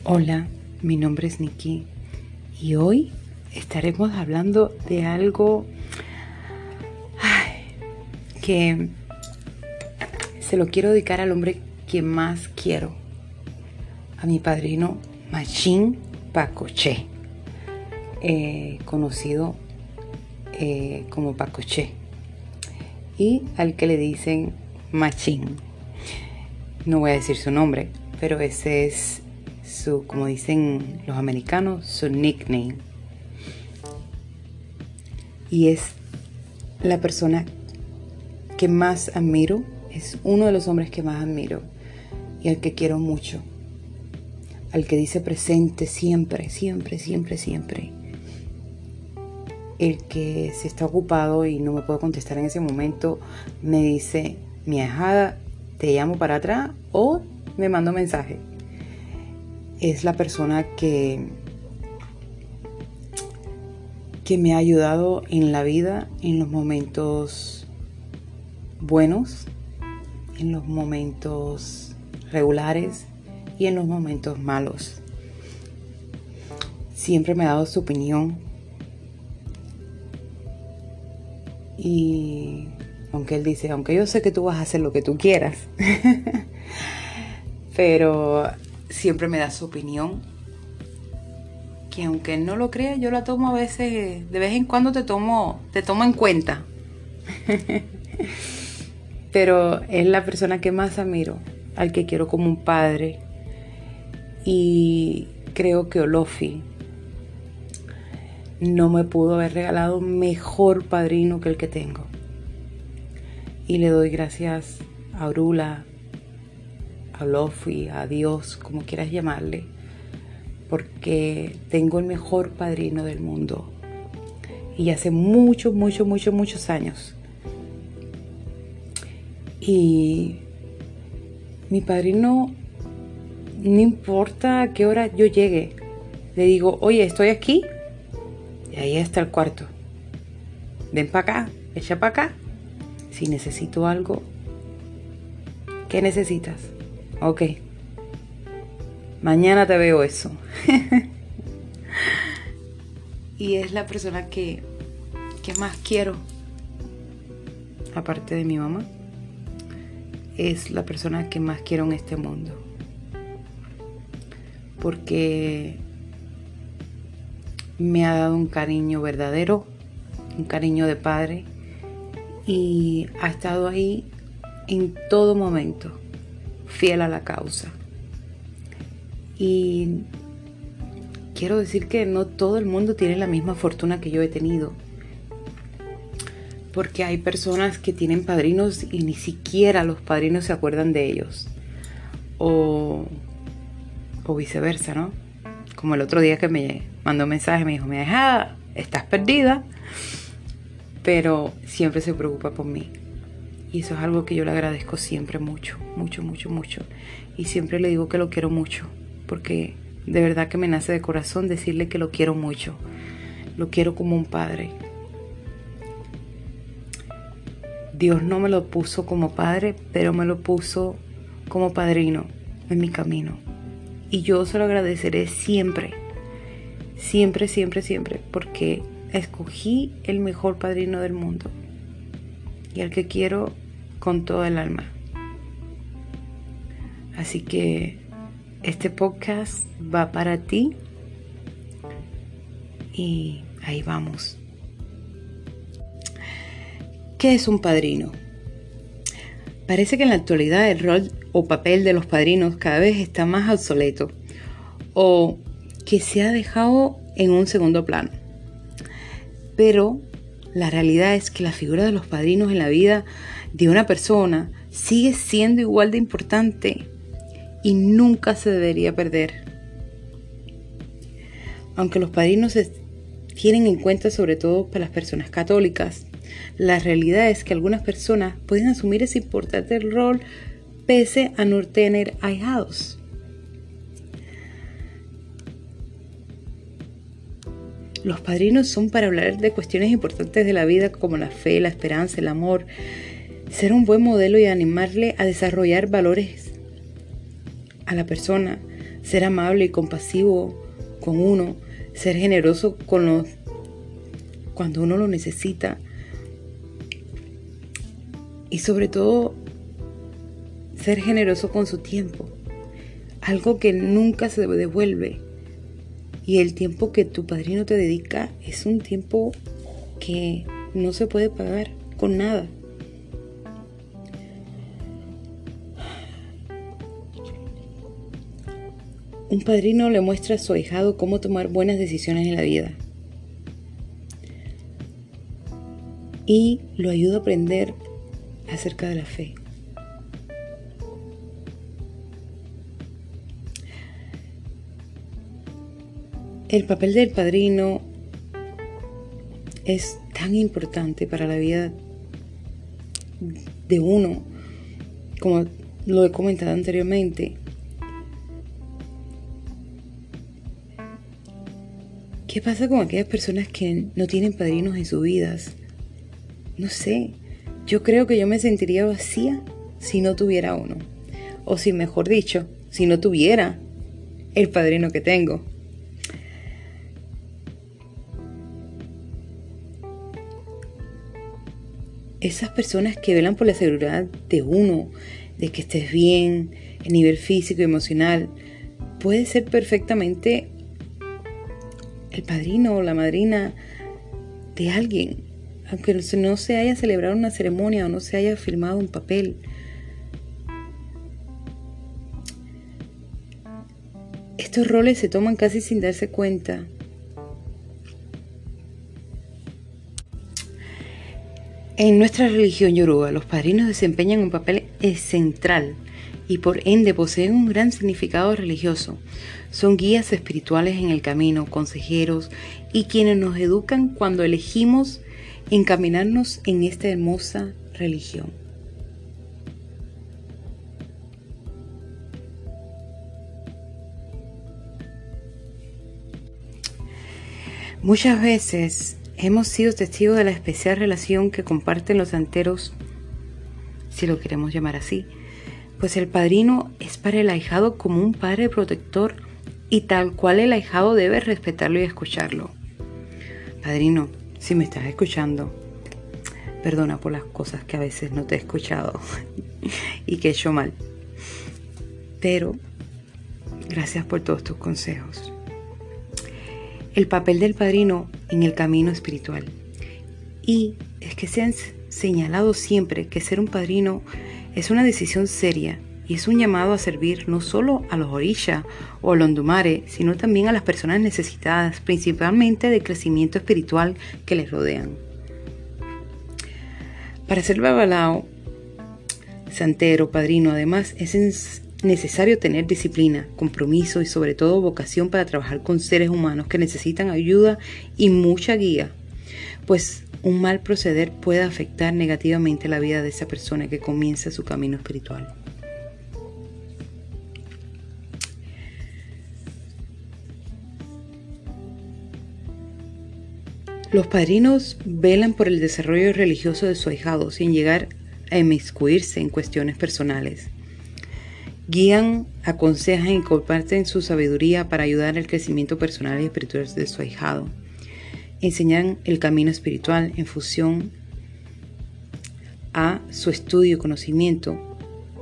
Hola, mi nombre es Nikki y hoy estaremos hablando de algo que se lo quiero dedicar al hombre que más quiero, a mi padrino Machín Pacoché, conocido como Pacoché, y al que le dicen Machín. No voy a decir su nombre, pero ese es su, como dicen los americanos, su nickname. Y es la persona que más admiro, es uno de los hombres que más admiro y al que quiero mucho, al que dice presente siempre, siempre, siempre, siempre. El que si está ocupado y no me puedo contestar en ese momento, me dice, mi ahijada, te llamo para atrás o me manda un mensaje. Es la persona que me ha ayudado en la vida, en los momentos buenos, en los momentos regulares y en los momentos malos. Siempre me ha dado su opinión y aunque él dice, aunque yo sé que tú vas a hacer lo que tú quieras, pero siempre me da su opinión, que aunque él no lo crea, yo la tomo a veces, de vez en cuando te tomo en cuenta. Pero es la persona que más admiro, al que quiero como un padre. Y creo que Olofi no me pudo haber regalado mejor padrino que el que tengo. Y le doy gracias a Orula, a Olofi, a Dios, como quieras llamarle, porque tengo el mejor padrino del mundo. Y hace muchos años. Y mi padrino, no importa a qué hora yo llegue, le digo, oye, estoy aquí. Y ahí está el cuarto. Ven para acá, echa para acá. Si necesito algo, ¿qué necesitas? Ok. Mañana te veo eso. Y es la persona que más quiero. Aparte de mi mamá. Es la persona que más quiero en este mundo. Porque me ha dado un cariño verdadero, un cariño de padre, y ha estado ahí en todo momento, fiel a la causa. Y quiero decir que no todo el mundo tiene la misma fortuna que yo he tenido, porque hay personas que tienen padrinos y ni siquiera los padrinos se acuerdan de ellos, o viceversa, ¿no? Como el otro día que me mandó un mensaje, me dijo, mi hija, estás perdida, pero siempre se preocupa por mí. Y eso es algo que yo le agradezco siempre mucho. Y siempre le digo que lo quiero mucho, porque de verdad que me nace de corazón decirle que lo quiero mucho. Lo quiero como un padre. Dios no me lo puso como padre, pero me lo puso como padrino en mi camino. Y yo se lo agradeceré siempre, porque escogí el mejor padrino del mundo y al que quiero con toda el alma. Así que este podcast va para ti y ahí vamos. ¿Qué es un padrino? Parece que en la actualidad el rol o papel de los padrinos cada vez está más obsoleto o que se ha dejado en un segundo plano. Pero la realidad es que la figura de los padrinos en la vida de una persona sigue siendo igual de importante y nunca se debería perder. Aunque los padrinos se tienen en cuenta sobre todo para las personas católicas, la realidad es que algunas personas pueden asumir ese importante rol pese a no tener ahijados. Los padrinos son para hablar de cuestiones importantes de la vida como la fe, la esperanza, el amor, ser un buen modelo y animarle a desarrollar valores a la persona, ser amable y compasivo con uno, ser generoso cuando uno lo necesita y sobre todo ser generoso con su tiempo, algo que nunca se devuelve. Y el tiempo que tu padrino te dedica es un tiempo que no se puede pagar con nada. Un padrino le muestra a su ahijado cómo tomar buenas decisiones en la vida y lo ayuda a aprender acerca de la fe. El papel del padrino es tan importante para la vida de uno, como lo he comentado anteriormente. ¿Qué pasa con aquellas personas que no tienen padrinos en sus vidas? No sé, yo creo que yo me sentiría vacía si no tuviera uno. O si, mejor dicho, si no tuviera el padrino que tengo. Esas personas que velan por la seguridad de uno, de que estés bien, a nivel físico y emocional, puede ser perfectamente el padrino o la madrina de alguien, aunque no se haya celebrado una ceremonia o no se haya firmado un papel. Estos roles se toman casi sin darse cuenta. En nuestra religión yoruba, los padrinos desempeñan un papel central y por ende poseen un gran significado religioso. Son guías espirituales en el camino, consejeros y quienes nos educan cuando elegimos encaminarnos en esta hermosa religión. Muchas veces hemos sido testigos de la especial relación que comparten los santeros, si lo queremos llamar así, pues el padrino es para el ahijado como un padre protector y tal cual el ahijado debe respetarlo y escucharlo. Padrino, si me estás escuchando, perdona por las cosas que a veces no te he escuchado y que he hecho mal, pero gracias por todos tus consejos. El papel del padrino en el camino espiritual. Y es que se han señalado siempre que ser un padrino es una decisión seria y es un llamado a servir no solo a los orisha o a los ondumare, sino también a las personas necesitadas, principalmente de crecimiento espiritual que les rodean. Para ser babalao, santero, padrino, además es necesario tener disciplina, compromiso y sobre todo vocación para trabajar con seres humanos que necesitan ayuda y mucha guía, pues un mal proceder puede afectar negativamente la vida de esa persona que comienza su camino espiritual. Los padrinos velan por el desarrollo religioso de su ahijado sin llegar a inmiscuirse en cuestiones personales. Guían, aconsejan y comparten su sabiduría para ayudar al crecimiento personal y espiritual de su ahijado. Enseñan el camino espiritual en función a su estudio y conocimiento.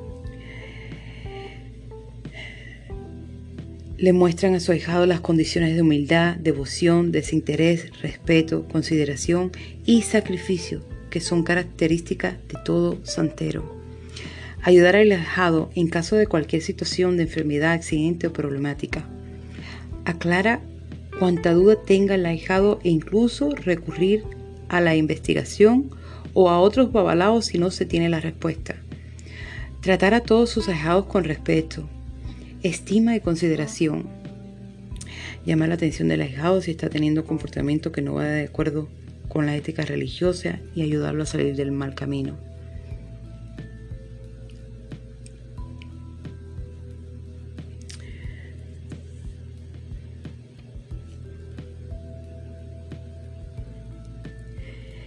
Le muestran a su ahijado las condiciones de humildad, devoción, desinterés, respeto, consideración y sacrificio que son características de todo santero. Ayudar al ahijado en caso de cualquier situación de enfermedad, accidente o problemática. Aclara cuanta duda tenga el ahijado e incluso recurrir a la investigación o a otros babalaos si no se tiene la respuesta. Tratar a todos sus ahijados con respeto, estima y consideración. Llamar la atención del ahijado si está teniendo comportamiento que no va de acuerdo con la ética religiosa y ayudarlo a salir del mal camino.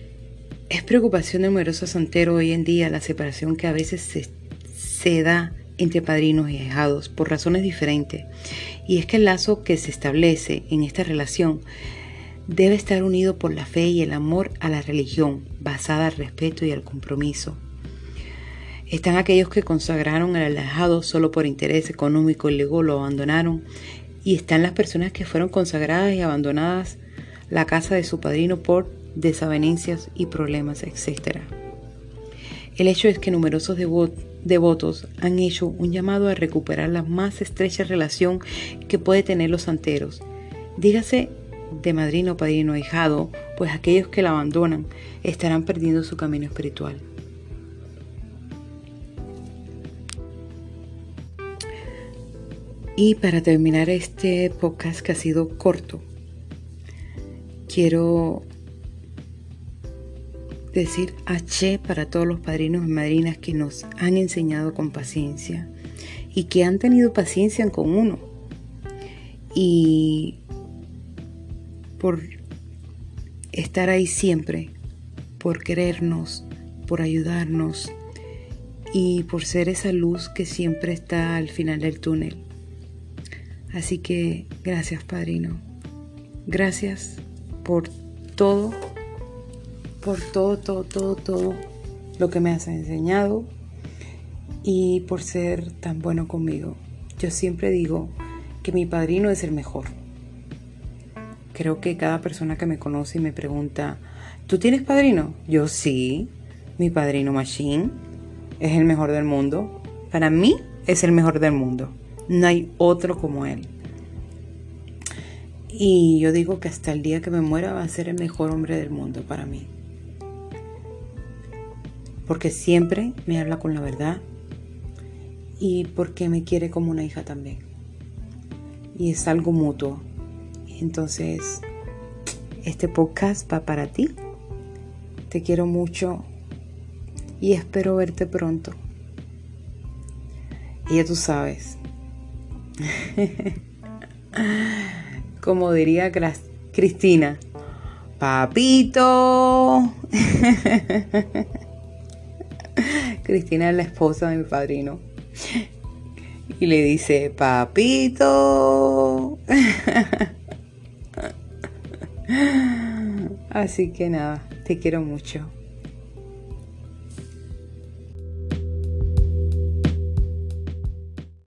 Es preocupación de numerosos santeros hoy en día la separación que a veces se da entre padrinos y ahijados por razones diferentes. Y es que el lazo que se establece en esta relación debe estar unido por la fe y el amor a la religión, basada al respeto y al compromiso. Están aquellos que consagraron al ahijado solo por interés económico y luego lo abandonaron. Y están las personas que fueron consagradas y abandonadas la casa de su padrino por desavenencias y problemas, etc. El hecho es que numerosos devotos han hecho un llamado a recuperar la más estrecha relación que puede tener los santeros. Dígase de madrino, padrino, ahijado, pues aquellos que la abandonan estarán perdiendo su camino espiritual. Y para terminar este podcast que ha sido corto, quiero decir H para todos los padrinos y madrinas que nos han enseñado con paciencia y que han tenido paciencia con uno. Y por estar ahí siempre, por querernos, por ayudarnos y por ser esa luz que siempre está al final del túnel. Así que gracias, padrino. Gracias por todo lo que me has enseñado y por ser tan bueno conmigo. Yo siempre digo que mi padrino es el mejor. Creo que cada persona que me conoce y me pregunta, ¿tú tienes padrino? Yo sí, mi padrino Machine es el mejor del mundo. Para mí es el mejor del mundo. No hay otro como él. Y yo digo que hasta el día que me muera va a ser el mejor hombre del mundo para mí. Porque siempre me habla con la verdad y porque me quiere como una hija también. Y es algo mutuo. Entonces, este podcast va para ti. Te quiero mucho y espero verte pronto. Y ya tú sabes. Como diría Cristina, papito. Cristina es la esposa de mi padrino. Y le dice, papito. Así que nada, te quiero mucho.